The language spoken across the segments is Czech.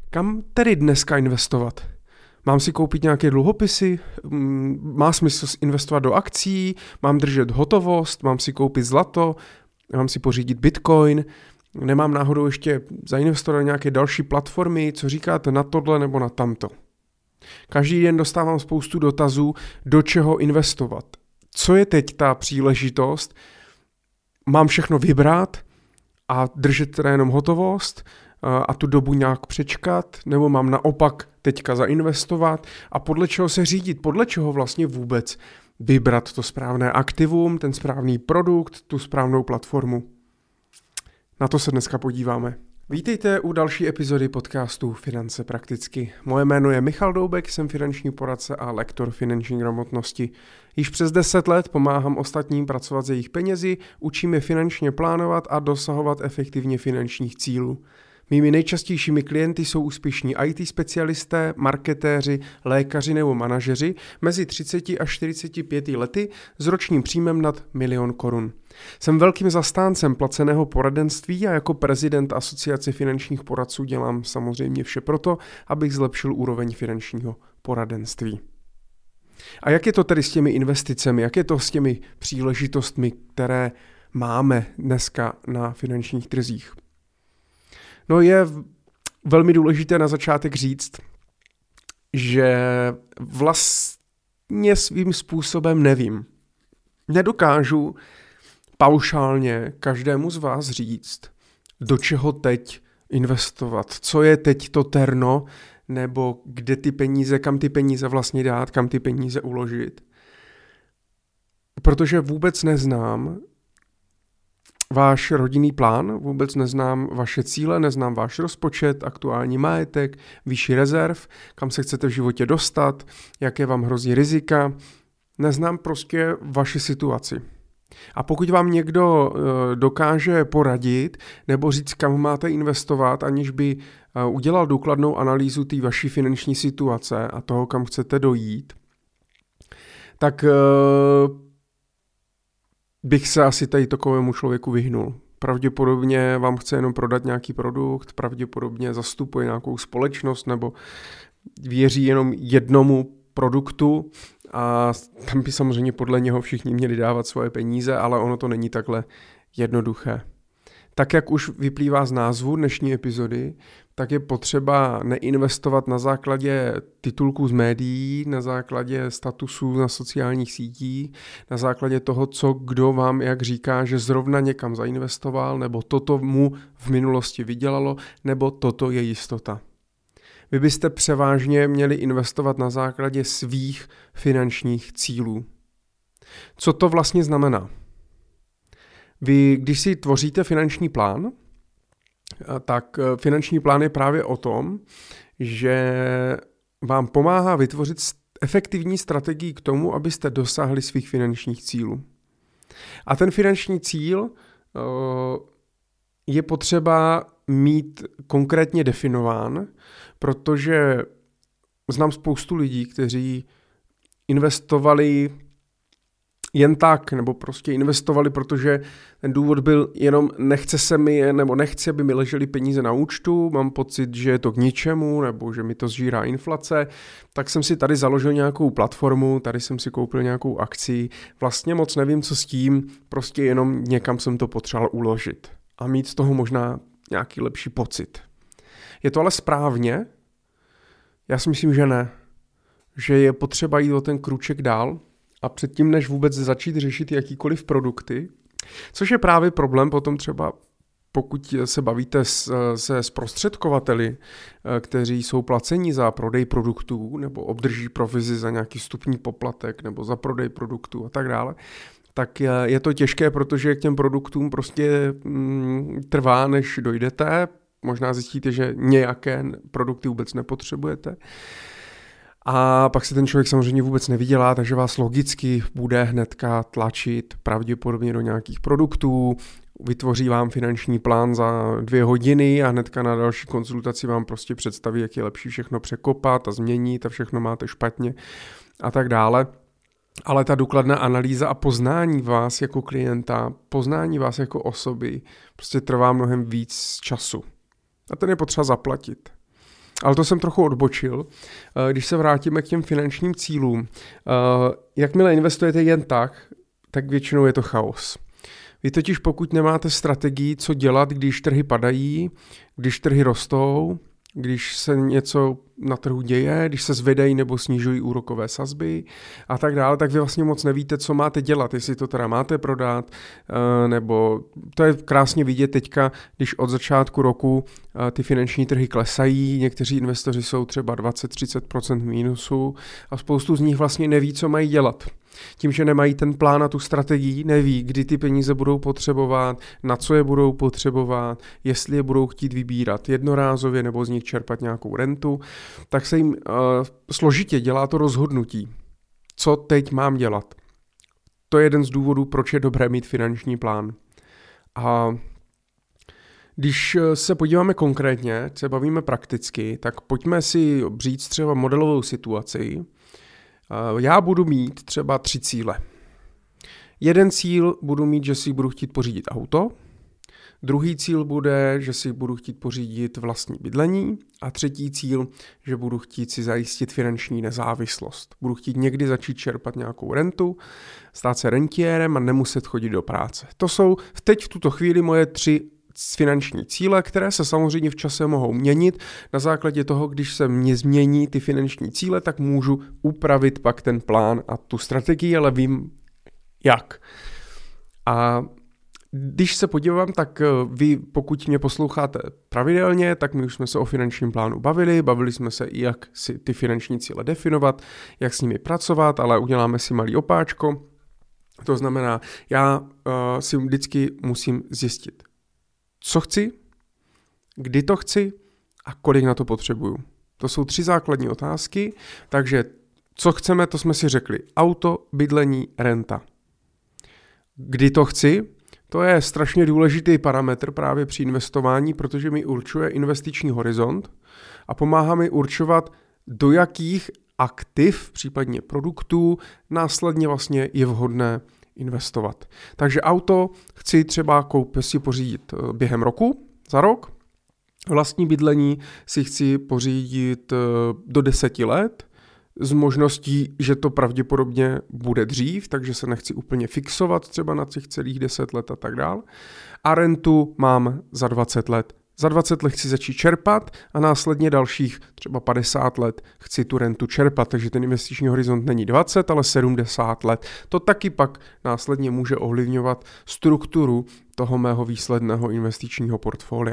Kam tedy dneska investovat? Mám si koupit nějaké dluhopisy? Má smysl investovat do akcí? Mám držet hotovost? Mám si koupit zlato? Mám si pořídit bitcoin? Nemám náhodou ještě zainvestovat do nějaké další platformy? Co říkáte na tohle nebo na tamto? Každý den dostávám spoustu dotazů, do čeho investovat. Co je teď ta příležitost? Mám všechno vybrat a držet teda jenom hotovost a tu dobu nějak přečkat, nebo mám naopak teďka zainvestovat a podle čeho se řídit, podle čeho vlastně vůbec vybrat to správné aktivum, ten správný produkt, tu správnou platformu. Na to se dneska podíváme. Vítejte u další epizody podcastu Finance prakticky. Moje jméno je Michal Doubek, jsem finanční poradce a lektor finanční gramotnosti. Již přes 10 let pomáhám ostatním pracovat s jejich penězi, učím je finančně plánovat a dosahovat efektivně finančních cílů. Mými nejčastějšími klienty jsou úspěšní IT specialisté, marketéři, lékaři nebo manažeři mezi 30 až 45 lety s ročním příjmem nad 1 000 000 korun. Jsem velkým zastáncem placeného poradenství a jako prezident Asociace finančních poradců dělám samozřejmě vše proto, abych zlepšil úroveň finančního poradenství. A jak je to tedy s těmi investicemi, jak je to s těmi příležitostmi, které máme dneska na finančních trzích? No je velmi důležité na začátek říct, že vlastně svým způsobem nevím. Nedokážu paušálně každému z vás říct, do čeho teď investovat, co je teď to terno, nebo kde ty peníze, kam ty peníze vlastně dát, kam ty peníze uložit. Protože vůbec neznám váš rodinný plán, vůbec neznám vaše cíle, neznám váš rozpočet, aktuální majetek, výši rezerv, kam se chcete v životě dostat, jaké vám hrozí rizika. Neznám prostě vaši situaci. A pokud vám někdo dokáže poradit nebo říct, kam máte investovat, aniž by udělal důkladnou analýzu té vaší finanční situace a toho, kam chcete dojít, tak bych se asi tady takovému člověku vyhnul. Pravděpodobně vám chce jenom prodat nějaký produkt, pravděpodobně zastupuje nějakou společnost nebo věří jenom jednomu produktu a tam by samozřejmě podle něho všichni měli dávat svoje peníze, ale ono to není takhle jednoduché. Tak jak už vyplývá z názvu dnešní epizody, tak je potřeba neinvestovat na základě titulků z médií, na základě statusů na sociálních sítích, na základě toho, co kdo vám jak říká, že zrovna někam zainvestoval, nebo toto mu v minulosti vydělalo, nebo toto je jistota. Vy byste převážně měli investovat na základě svých finančních cílů. Co to vlastně znamená? Vy, když si tvoříte finanční plán, tak finanční plán je právě o tom, že vám pomáhá vytvořit efektivní strategii k tomu, abyste dosáhli svých finančních cílů. A ten finanční cíl je potřeba mít konkrétně definován, protože znám spoustu lidí, kteří investovali jen tak, nebo prostě investovali, protože ten důvod byl jenom nechci, aby mi ležely peníze na účtu, mám pocit, že je to k ničemu, nebo že mi to zžírá inflace, tak jsem si tady založil nějakou platformu, tady jsem si koupil nějakou akci, vlastně moc nevím, co s tím, prostě jenom někam jsem to potřeboval uložit a mít z toho možná nějaký lepší pocit. Je to ale správně? Já si myslím, že ne. Že je potřeba jít o ten krůček dál a předtím, než vůbec začít řešit jakýkoliv produkty, což je právě problém potom třeba, pokud se bavíte se zprostředkovateli, kteří jsou placeni za prodej produktů nebo obdrží provizi za nějaký vstupní poplatek nebo za prodej produktů a tak dále, tak je to těžké, protože k těm produktům prostě trvá, než dojdete. Možná zjistíte, že nějaké produkty vůbec nepotřebujete. A pak se ten člověk samozřejmě vůbec nevydělá, takže vás logicky bude hnedka tlačit pravděpodobně do nějakých produktů, vytvoří vám finanční plán za 2 hodiny a hnedka na další konzultaci vám prostě představí, jak je lepší všechno překopat a změnit a všechno máte špatně a tak dále. Ale ta důkladná analýza a poznání vás jako klienta, poznání vás jako osoby prostě trvá mnohem víc času. A ten je potřeba zaplatit. Ale to jsem trochu odbočil. Když se vrátíme k těm finančním cílům, jakmile investujete jen tak většinou je to chaos. Vy totiž pokud nemáte strategii, co dělat, když trhy padají, když trhy rostou, když se něco na trhu děje, když se zvedají nebo snižují úrokové sazby a tak dále, tak vy vlastně moc nevíte, co máte dělat, jestli to teda máte prodat, nebo to je krásně vidět teďka, když od začátku roku ty finanční trhy klesají, někteří investoři jsou třeba 20-30% mínusu a spoustu z nich vlastně neví, co mají dělat. Tím, že nemají ten plán a tu strategii, neví, kdy ty peníze budou potřebovat, na co je budou potřebovat, jestli je budou chtít vybírat jednorázově nebo z nich čerpat nějakou rentu, tak se jim složitě dělá to rozhodnutí, co teď mám dělat. To je jeden z důvodů, proč je dobré mít finanční plán. A když se podíváme konkrétně, se bavíme prakticky, tak pojďme si říct třeba modelovou situaci. Já budu mít třeba 3 cíle. Jeden cíl budu mít, že si budu chtít pořídit auto. Druhý cíl bude, že si budu chtít pořídit vlastní bydlení. A třetí cíl, že budu chtít si zajistit finanční nezávislost. Budu chtít někdy začít čerpat nějakou rentu, stát se rentiérem a nemuset chodit do práce. To jsou teď v tuto chvíli moje 3 finanční cíle, které se samozřejmě v čase mohou měnit. Na základě toho, když se mě změní ty finanční cíle, tak můžu upravit pak ten plán a tu strategii, ale vím jak. A když se podívám, tak vy, pokud mě posloucháte pravidelně, tak my už jsme se o finančním plánu bavili jsme se i jak si ty finanční cíle definovat, jak s nimi pracovat, ale uděláme si malý opáčko. To znamená, já si vždycky musím zjistit, co chci, kdy to chci a kolik na to potřebuju. To jsou 3 základní otázky, takže co chceme, to jsme si řekli. Auto, bydlení, renta. Kdy to chci? To je strašně důležitý parametr právě při investování, protože mi určuje investiční horizont a pomáhá mi určovat, do jakých aktiv, případně produktů, následně vlastně je vhodné investovat. Takže auto chci třeba si pořídit během roku, za rok. Vlastní bydlení si chci pořídit do 10 let, s možností, že to pravděpodobně bude dřív, takže se nechci úplně fixovat třeba na těch celých 10 let a tak dál. A rentu mám za 20 let. Za 20 let chci začít čerpat a následně dalších třeba 50 let chci tu rentu čerpat, takže ten investiční horizont není 20, ale 70 let. To taky pak následně může ovlivňovat strukturu toho mého výsledného investičního portfolia.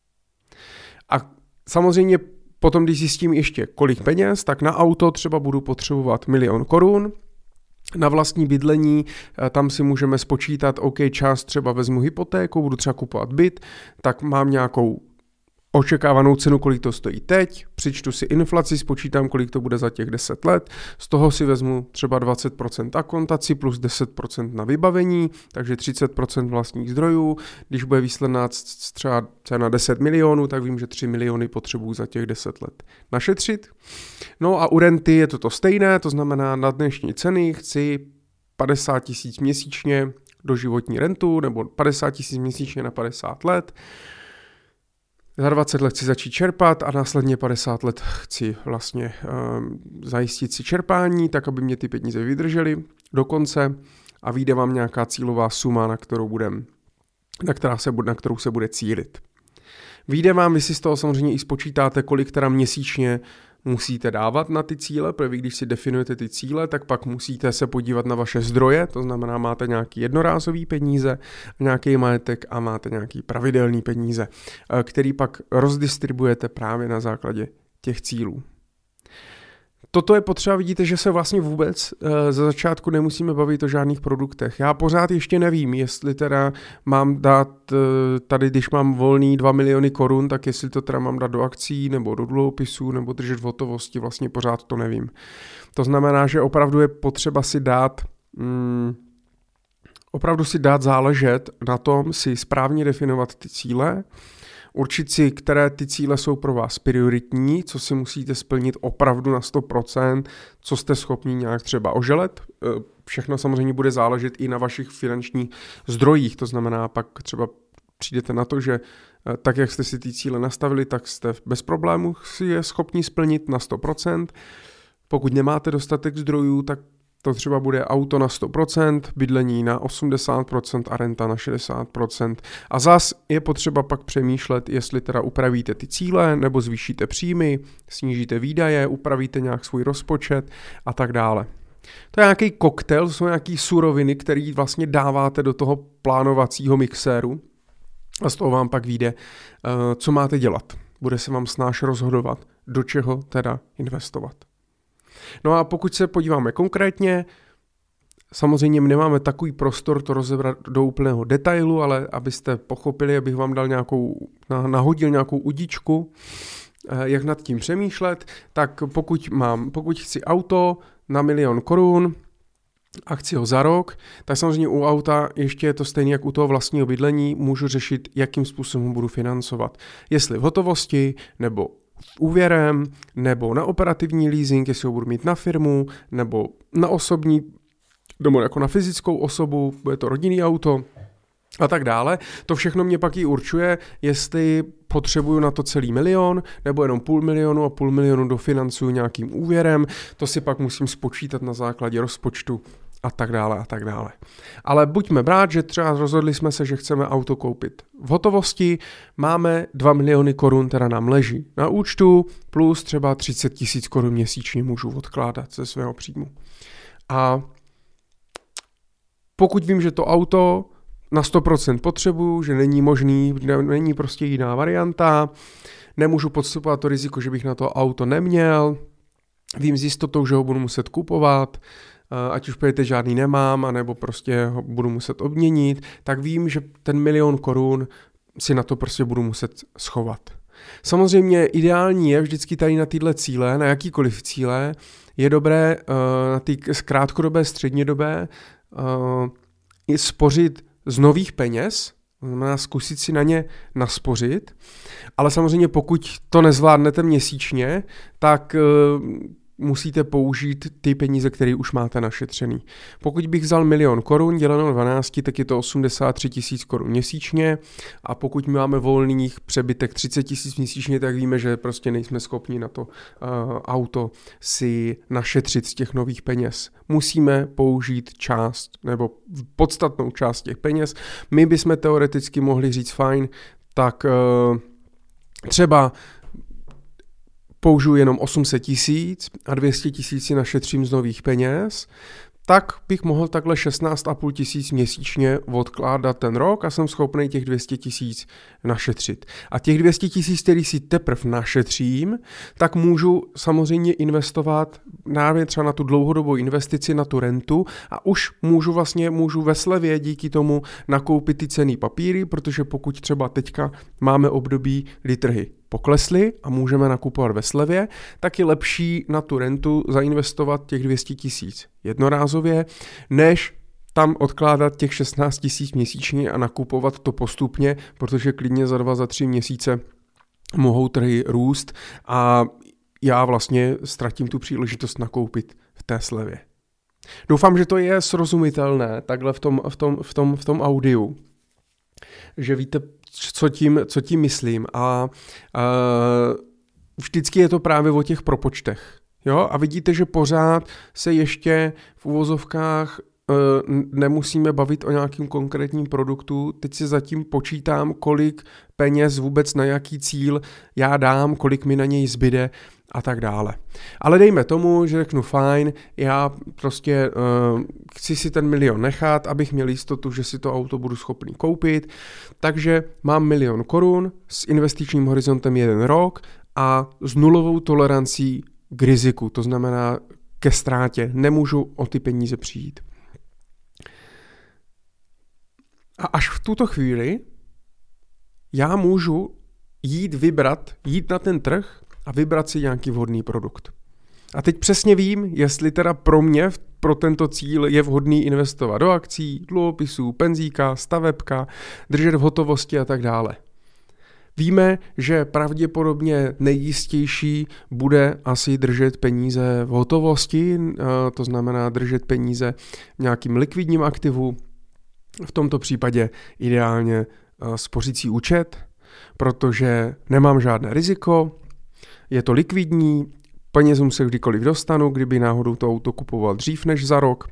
A samozřejmě potom, když zjistím ještě kolik peněz, tak na auto třeba budu potřebovat 1 000 000 korun. Na vlastní bydlení tam si můžeme spočítat, OK, část třeba vezmu hypotéku, budu třeba kupovat byt, tak mám nějakou očekávanou cenu, kolik to stojí teď, přičtu si inflaci, spočítám, kolik to bude za těch 10 let, z toho si vezmu třeba 20% akontaci plus 10% na vybavení, takže 30% vlastních zdrojů. Když bude výsledná třeba cena 10 milionů, tak vím, že 3 miliony potřebuji za těch 10 let našetřit. No a u renty je to stejné, to znamená na dnešní ceny chci 50 000 měsíčně do životní rentu nebo 50 000 měsíčně na 50 let. Za 20 let chci začít čerpat a následně 50 let chci vlastně zajistit si čerpání, tak aby mě ty peníze vydržely do konce a vyjde vám nějaká cílová suma, na kterou se bude cílit. Vyjde vám, vy si z toho samozřejmě i spočítáte, kolik teda měsíčně musíte dávat na ty cíle, protože když si definujete ty cíle, tak pak musíte se podívat na vaše zdroje, to znamená, máte nějaký jednorázový peníze, nějaký majetek a máte nějaký pravidelný peníze, který pak rozdistribujete právě na základě těch cílů. Toto je potřeba, vidíte, že se vlastně vůbec za začátku nemusíme bavit o žádných produktech. Já pořád ještě nevím, jestli teda mám dát tady, když mám volný 2 miliony korun, tak jestli to teda mám dát do akcí nebo do dluhopisů nebo držet v hotovosti, vlastně pořád to nevím. To znamená, že opravdu je potřeba si dát záležet na tom, si správně definovat ty cíle, určit si, které ty cíle jsou pro vás prioritní, co si musíte splnit opravdu na 100%, co jste schopni nějak třeba oželet. Všechno samozřejmě bude záležet i na vašich finančních zdrojích, to znamená pak třeba přijdete na to, že tak, jak jste si ty cíle nastavili, tak jste bez problémů si je schopni splnit na 100%. Pokud nemáte dostatek zdrojů, tak to třeba bude auto na 100%, bydlení na 80% a renta na 60%. A zas je potřeba pak přemýšlet, jestli teda upravíte ty cíle, nebo zvýšíte příjmy, snížíte výdaje, upravíte nějak svůj rozpočet a tak dále. To je nějaký koktejl, jsou nějaký suroviny, který vlastně dáváte do toho plánovacího mixéru a z toho vám pak vyjde, co máte dělat. Bude se vám snáš rozhodovat, do čeho teda investovat. No a pokud se podíváme konkrétně, samozřejmě my nemáme takový prostor to rozebrat do úplného detailu, ale abyste pochopili, abych vám dal nahodil nějakou udičku, jak nad tím přemýšlet, tak pokud chci auto na 1 000 000 korun a chci ho za rok, tak samozřejmě u auta ještě je to stejné jak u toho vlastního bydlení, můžu řešit, jakým způsobem ho budu financovat. Jestli v hotovosti, nebo úvěrem, nebo na operativní leasing, jestli ho budu mít na firmu, nebo na osobní, nebo jako na fyzickou osobu, bude to rodinný auto a tak dále. To všechno mě pak i určuje, jestli potřebuju na to celý 1 000 000, nebo jenom 500 000 a 500 000 dofinancuju nějakým úvěrem, to si pak musím spočítat na základě rozpočtu a tak dále a tak dále. Ale buďme brát, že třeba rozhodli jsme se, že chceme auto koupit v hotovosti, máme 2 000 000 korun, teda nám leží na účtu, plus třeba 30 000 korun měsíčně můžu odkládat ze svého příjmu. A pokud vím, že to auto na 100% potřebuju, že není prostě jiná varianta, nemůžu podstupovat to riziko, že bych na to auto neměl, vím s jistotou, že ho budu muset kupovat, ať už pojďte žádný nemám, anebo prostě ho budu muset obměnit, tak vím, že ten 1 000 000 korun si na to prostě budu muset schovat. Samozřejmě ideální je vždycky tady na tyhle cíle, na jakýkoliv cíle, je dobré na ty krátkodobé, střednědobé spořit z nových peněz, znamená zkusit si na ně naspořit, ale samozřejmě pokud to nezvládnete měsíčně, tak musíte použít ty peníze, které už máte našetřený. Pokud bych vzal 1 000 000 korun děleno 12, tak je to 83 000 korun měsíčně a pokud máme volných přebytek 30 000 měsíčně, tak víme, že prostě nejsme schopni na to auto si našetřit z těch nových peněz. Musíme použít část nebo podstatnou část těch peněz. My bychom teoreticky mohli říct fajn, tak třeba použiju jenom 800 000 a 200 000 si našetřím z nových peněz, tak bych mohl takhle 16 500 měsíčně odkládat ten rok a jsem schopný těch 200 000 našetřit. A těch 200 000, který si teprve našetřím, tak můžu samozřejmě investovat právě třeba na tu dlouhodobou investici, na tu rentu a už můžu ve slevě díky tomu nakoupit ty cenný papíry, protože pokud třeba teďka máme období, kdy trhy poklesly a můžeme nakupovat ve slevě, tak je lepší na tu rentu zainvestovat těch 200 000 jednorázově, než tam odkládat těch 16 000 měsíčně a nakupovat to postupně, protože klidně za 2, za 3 měsíce mohou trhy růst a já vlastně ztratím tu příležitost nakoupit v té slevě. Doufám, že to je srozumitelné takhle v tom audiu, že víte, co tím myslím a vždycky je to právě o těch propočtech. Jo? A vidíte, že pořád se ještě v uvozovkách nemusíme bavit o nějakým konkrétním produktu, teď si zatím počítám, kolik peněz vůbec na jaký cíl já dám, kolik mi na něj zbyde a tak dále. Ale dejme tomu, že řeknu fajn, já prostě chci si ten 1 000 000 nechat, abych měl jistotu, že si to auto budu schopný koupit, takže mám 1 000 000 korun s investičním horizontem 1 rok a s nulovou tolerancí k riziku, to znamená ke ztrátě, nemůžu o ty peníze přijít. A až v tuto chvíli já můžu jít na ten trh a vybrat si nějaký vhodný produkt. A teď přesně vím, jestli teda pro mě, pro tento cíl je vhodný investovat do akcí, dluhopisů, penzíka, stavebka, držet v hotovosti a tak dále. Víme, že pravděpodobně nejjistější bude asi držet peníze v hotovosti, to znamená držet peníze v nějakým likvidním aktivu, v tomto případě ideálně spořící účet, protože nemám žádné riziko, je to likvidní, penězům se kdykoliv dostanu, kdyby náhodou to auto kupoval dřív než za rok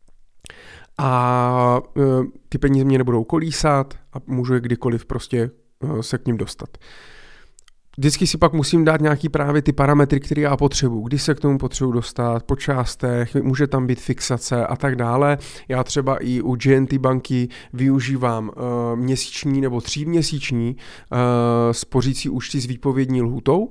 a ty peníze mě nebudou kolísat a můžu je kdykoliv prostě se k ním dostat. Vždycky si pak musím dát nějaký právě ty parametry, které já potřebuji, kdy se k tomu potřebuji dostat, po částech, může tam být fixace a tak dále. Já třeba i u GNT banky využívám měsíční nebo 3měsíční spořící účty s výpovědní lhůtou,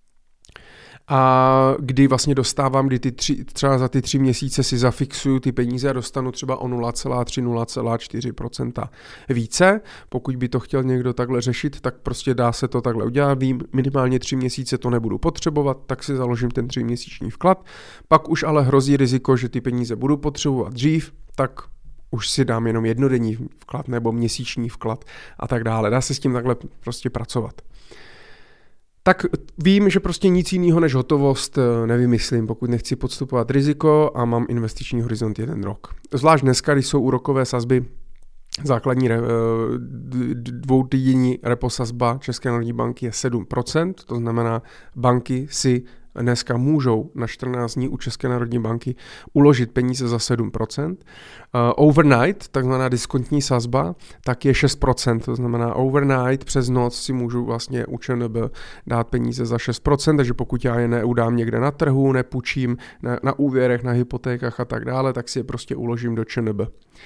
a kdy vlastně dostávám, kdy třeba za ty 3 měsíce si zafixuju ty peníze a dostanu třeba o 0,3-0,4% více. Pokud by to chtěl někdo takhle řešit, tak prostě dá se to takhle udělat. Vím, minimálně 3 měsíce to nebudu potřebovat, tak si založím ten 3měsíční vklad. Pak už ale hrozí riziko, že ty peníze budu potřebovat dřív, tak už si dám jenom jednodenní vklad nebo měsíční vklad a tak dále. Dá se s tím takhle prostě pracovat. Tak vím, že prostě nic jiného než hotovost nevymyslím, pokud nechci podstupovat riziko a mám investiční horizont 1 rok. Zvlášť dneska, když jsou úrokové sazby, základní dvoutýdenní repo sazba České národní banky je 7%, to znamená, banky si dneska můžou na 14 dní u České národní banky uložit peníze za 7%. Overnight, takzvaná diskontní sazba, tak je 6%, to znamená overnight přes noc si můžu vlastně u ČNB dát peníze za 6%, takže pokud já je neudám někde na trhu, nepůjčím na úvěrech, na hypotékách a tak dále, tak si je prostě uložím do ČNB.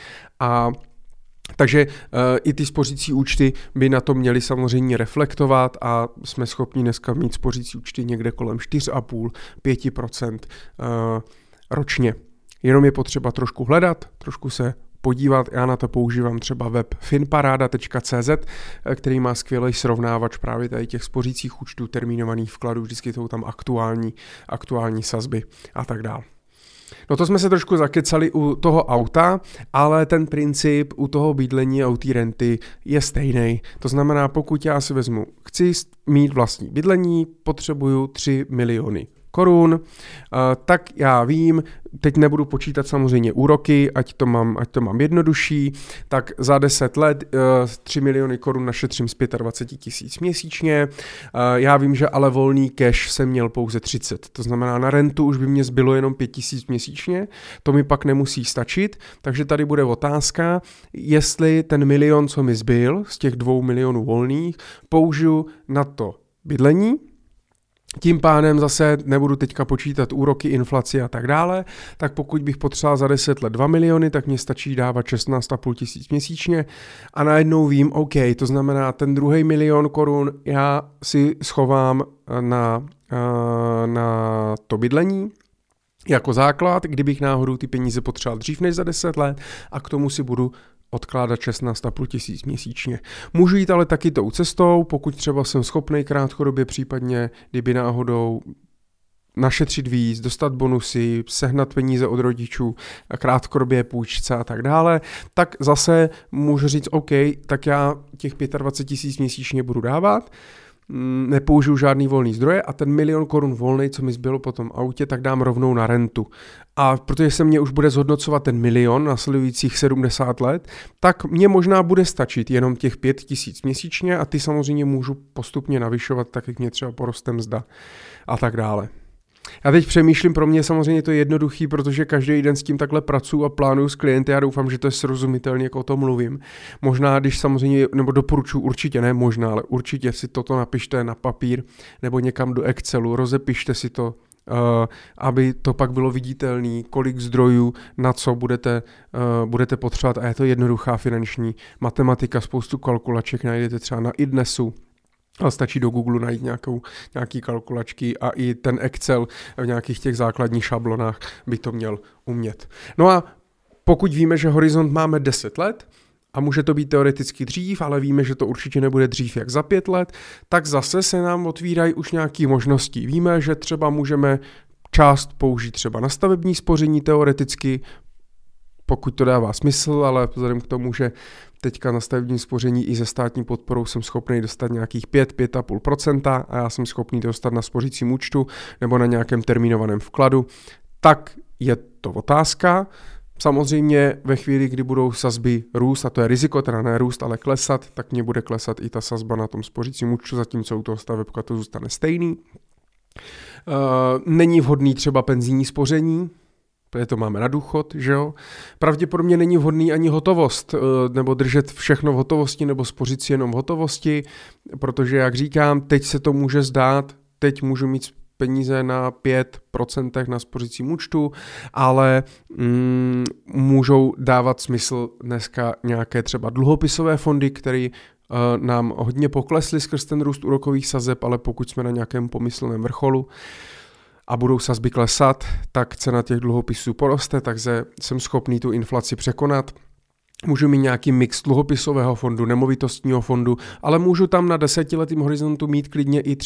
Takže i ty spořící účty by na to měly samozřejmě reflektovat a jsme schopni dneska mít spořící účty někde kolem 4,5-5% ročně. Jenom je potřeba trošku hledat, trošku se podívat. Já na to používám třeba web finparada.cz, který má skvělý srovnávač právě tady těch spořících účtů, termínovaných vkladů, vždycky jsou tam aktuální sazby a tak dále. No to jsme se trošku zakecali u toho auta, ale ten princip u toho bydlení a u té renty je stejný. To znamená, pokud já si vezmu, chci mít vlastní bydlení, potřebuju 3 miliony korun, tak já vím, teď nebudu počítat samozřejmě úroky, ať to mám jednodušší, tak za 10 let 3 miliony korun našetřím z 25 000 měsíčně. Já vím, že ale volný cash jsem měl pouze 30, to znamená na rentu už by mě zbylo jenom 5 000 měsíčně, to mi pak nemusí stačit, takže tady bude otázka, jestli ten milion, co mi zbyl z těch 2 milionů volných, použiju na to bydlení. Tím pádem zase nebudu teďka počítat úroky, inflaci a tak dále, tak pokud bych potřeboval za 10 let 2 miliony, tak mě stačí dávat 16 500 měsíčně a najednou vím, OK, to znamená ten 2 milion korun já si schovám na to bydlení jako základ, kdybych náhodou ty peníze potřeboval dřív než za 10 let a k tomu si budu odkládat 16 500 měsíčně. Můžu jít ale taky tou cestou, pokud třeba jsem schopný krátkodobě, případně kdyby náhodou našetřit víc, dostat bonusy, sehnat peníze od rodičů, krátkodobě půjčce a tak dále, tak zase můžu říct, OK, tak já těch 25 000 měsíčně budu dávat, nepoužiju žádný volný zdroje a ten 1 milion korun volnej, co mi zbylo po tom autě, tak dám rovnou na rentu. A protože se mě už bude zhodnocovat ten 1 milion nasledujících 70 let, tak mě možná bude stačit jenom těch 5 000 měsíčně a ty samozřejmě můžu postupně navyšovat, tak jak mě třeba poroste mzda a tak dále. Já teď přemýšlím, pro mě samozřejmě to je jednoduchý, protože každý den s tím takhle pracuji a plánuju s klienty a doufám, že to je srozumitelně, jak o tom mluvím. Možná, když samozřejmě, nebo doporučuji určitě, ne možná, ale určitě si toto napište na papír nebo někam do Excelu, rozepište si to, aby to pak bylo viditelné, kolik zdrojů, na co budete potřebovat a je to jednoduchá finanční matematika, spoustu kalkulaček najdete třeba na iDnesu. Ale stačí do Google najít nějaký kalkulačky a i ten Excel v nějakých těch základních šablonách by to měl umět. No a pokud víme, že horizont máme 10 let a může to být teoreticky dřív, ale víme, že to určitě nebude dřív jak za 5 let, tak zase se nám otvírají už nějaké možnosti. Víme, že třeba můžeme část použít třeba na stavební spoření teoreticky, pokud to dává smysl, ale vzhledem k tomu, že teďka na stavebním spoření i se státní podporou jsem schopný dostat nějakých 5,5% a já jsem schopný dostat na spořícím účtu nebo na nějakém termínovaném vkladu, tak je to otázka. Samozřejmě ve chvíli, kdy budou sazby růst, a to je riziko, teda ne růst, ale klesat, tak mě bude klesat i ta sazba na tom spořícím účtu, zatímco u toho stavebka to zůstane stejný. Není vhodný třeba penzijní spoření, protože to máme na důchod, že jo. Pravděpodobně není vhodný ani hotovost, nebo držet všechno v hotovosti, nebo spořit si jenom v hotovosti, protože, jak říkám, teď se to může zdát, teď můžu mít peníze na 5% na spořícím účtu, ale můžou dávat smysl dneska nějaké třeba dluhopisové fondy, které nám hodně poklesly skrz ten růst úrokových sazeb, ale pokud jsme na nějakém pomyslném vrcholu a budou sazby klesat, tak cena těch dluhopisů poroste, takže jsem schopný tu inflaci překonat. Můžu mít nějaký mix dluhopisového fondu, nemovitostního fondu, ale můžu tam na 10letým horizontu mít klidně i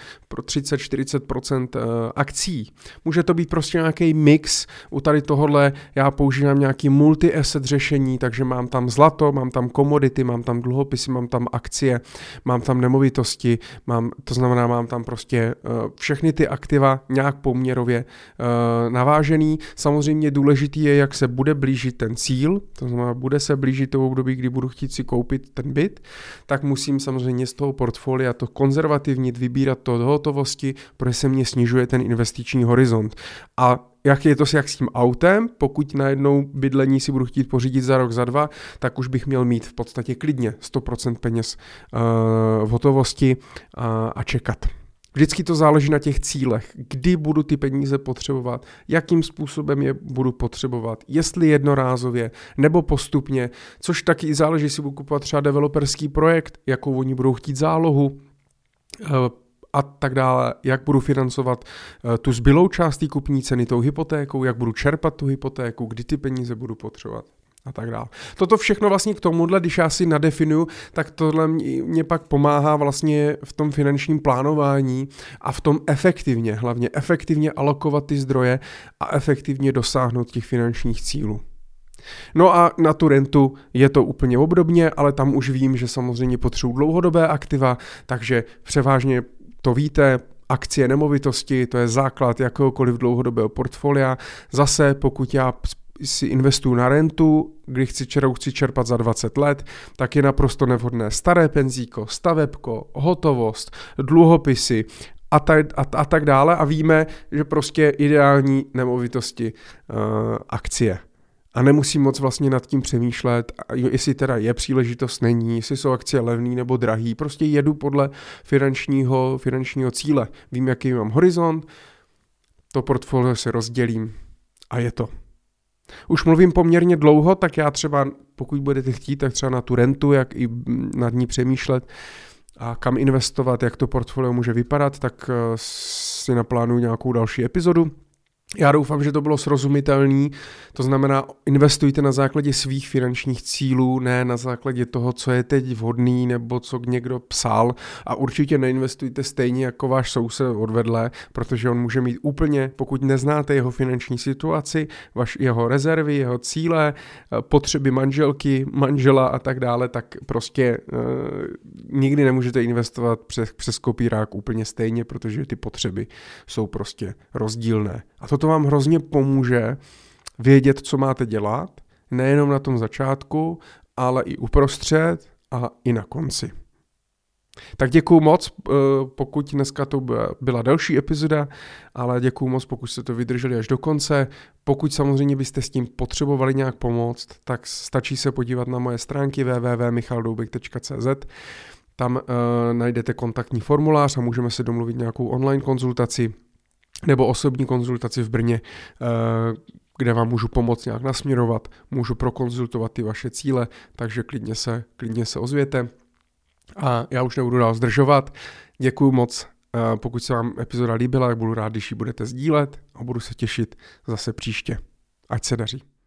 30-40% akcí. Může to být prostě nějaký mix. U tady tohohle já používám nějaký multi-asset řešení, takže mám tam zlato, mám tam komodity, mám tam dluhopisy, mám tam akcie, mám tam nemovitosti, to znamená, mám tam prostě všechny ty aktiva nějak poměrově navážený. Samozřejmě důležitý je, jak se bude blížit ten cíl, to znamená, bude se blížit to období, kdy budu chtít si koupit ten byt, tak musím samozřejmě z toho portfolia to konzervativnit, vybírat to do hotovosti, protože se mě snižuje ten investiční horizont. A jak je to jak s tím autem, pokud na jednou bydlení si budu chtít pořídit za rok, za 2, tak už bych měl mít v podstatě klidně 100% peněz v hotovosti a čekat. Vždycky to záleží na těch cílech, kdy budu ty peníze potřebovat, jakým způsobem je budu potřebovat, jestli jednorázově nebo postupně, což taky záleží, jestli budu kupovat třeba developerský projekt, jakou oni budou chtít zálohu a tak dále, jak budu financovat tu zbylou část té kupní ceny tou hypotékou, jak budu čerpat tu hypotéku, kdy ty peníze budu potřebovat. A tak dále. Toto všechno vlastně k tomuhle, když já si nadefinuju, tak tohle mě pak pomáhá vlastně v tom finančním plánování a v tom hlavně efektivně alokovat ty zdroje a efektivně dosáhnout těch finančních cílů. No a na tu rentu je to úplně obdobně, ale tam už vím, že samozřejmě potřebuji dlouhodobé aktiva, takže převážně to víte, akcie, nemovitosti, to je základ jakéhokoliv dlouhodobého portfolia. Zase pokud já si investuju na rentu, kdy chci čerpat za 20 let, tak je naprosto nevhodné staré penzíko, stavebko, hotovost, dluhopisy a tak dále a víme, že prostě ideální nemovitosti akcie. A nemusím moc vlastně nad tím přemýšlet, jestli teda je příležitost, není, jestli jsou akcie levný nebo drahý, prostě jedu podle finančního cíle. Vím, jaký mám horizont, to portfolio si rozdělím a je to. Už mluvím poměrně dlouho, tak já třeba, pokud budete chtít, tak třeba na tu rentu, jak i nad ní přemýšlet a kam investovat, jak to portfolio může vypadat, tak si naplánuju nějakou další epizodu. Já doufám, že to bylo srozumitelné, to znamená, investujte na základě svých finančních cílů, ne na základě toho, co je teď vhodný nebo co někdo psal a určitě neinvestujte stejně jako váš soused odvedle, protože on může mít úplně, pokud neznáte jeho finanční situaci, jeho rezervy, jeho cíle, potřeby manželky, manžela a tak dále, tak prostě nikdy nemůžete investovat přes kopírák úplně stejně, protože ty potřeby jsou prostě rozdílné. A toto vám hrozně pomůže vědět, co máte dělat, nejenom na tom začátku, ale i uprostřed a i na konci. Tak děkuju moc, pokud dneska to byla delší epizoda, ale děkuju moc, pokud jste to vydrželi až do konce. Pokud samozřejmě byste s tím potřebovali nějak pomoct, tak stačí se podívat na moje stránky www.michaldoubek.cz. Tam najdete kontaktní formulář a můžeme si domluvit nějakou online konzultaci nebo osobní konzultaci v Brně, kde vám můžu pomoct nějak nasměrovat, můžu prokonzultovat ty vaše cíle, takže klidně se ozvěte. A já už nebudu dál zdržovat. Děkuju moc. Pokud se vám epizoda líbila, tak budu rád, když ji budete sdílet a budu se těšit zase příště. Ať se daří.